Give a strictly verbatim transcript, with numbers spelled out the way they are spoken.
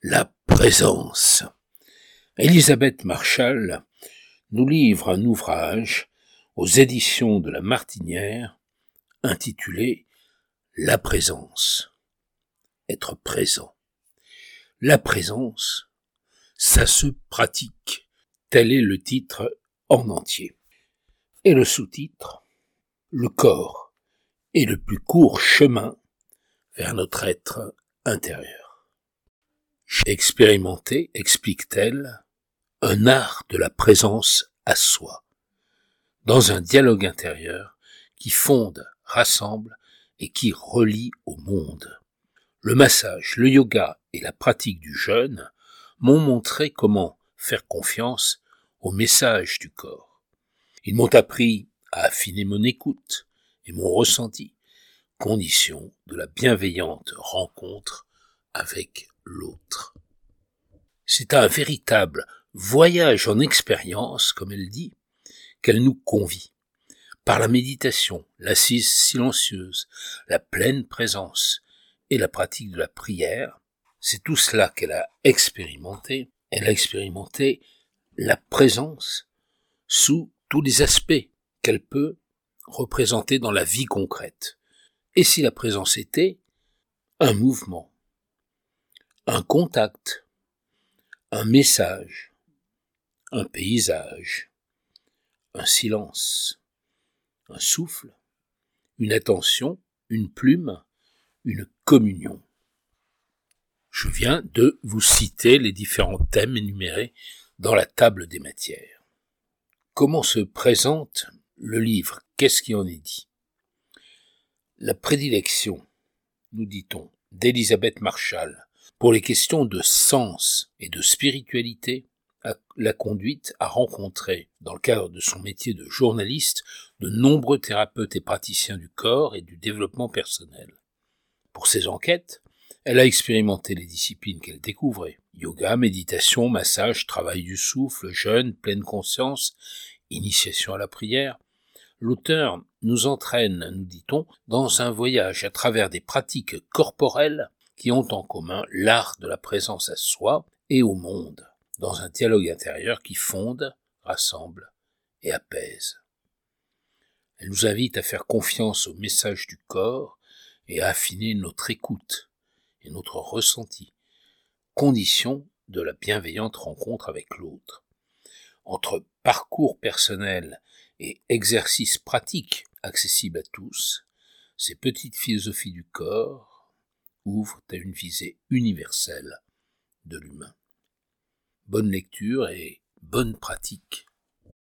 La présence. Elisabeth Marchal nous livre un ouvrage aux éditions de La Martinière intitulé La présence. Être présent. La présence, ça se pratique. Tel est le titre en entier. Et le sous-titre, le corps est le plus court chemin vers notre être intérieur. J'ai expérimenté, explique-t-elle, un art de la présence à soi, dans un dialogue intérieur qui fonde, rassemble et qui relie au monde. Le massage, le yoga et la pratique du jeûne m'ont montré comment faire confiance au message du corps. Ils m'ont appris à affiner mon écoute et mon ressenti, condition de la bienveillante rencontre avec l'autre. C'est un véritable voyage en expérience, comme elle dit, qu'elle nous convie. Par la méditation, l'assise silencieuse, la pleine présence et la pratique de la prière, c'est tout cela qu'elle a expérimenté. Elle a expérimenté la présence sous tous les aspects qu'elle peut représenter dans la vie concrète. Et si la présence était un mouvement, un contact, un message, un paysage, un silence, un souffle, une attention, une plume, une communion. Je viens de vous citer les différents thèmes énumérés dans la table des matières. Comment se présente le livre? Qu'est-ce qui en est dit? La prédilection, nous dit-on, d'Elisabeth Marchal pour les questions de sens et de spiritualité l'a conduite à rencontrer, dans le cadre de son métier de journaliste, de nombreux thérapeutes et praticiens du corps et du développement personnel. Pour ses enquêtes, elle a expérimenté les disciplines qu'elle découvrait. Yoga, méditation, massage, travail du souffle, jeûne, pleine conscience, initiation à la prière. L'auteur nous entraîne, nous dit-on, dans un voyage à travers des pratiques corporelles qui ont en commun l'art de la présence à soi et au monde, dans un dialogue intérieur qui fonde, rassemble et apaise. Elle nous invite à faire confiance au message du corps et à affiner notre écoute et notre ressenti, condition de la bienveillante rencontre avec l'autre. Entre parcours personnel et exercices pratiques accessibles à tous, ces petites philosophies du corps ouvrent à une visée universelle de l'humain. Bonne lecture et bonne pratique.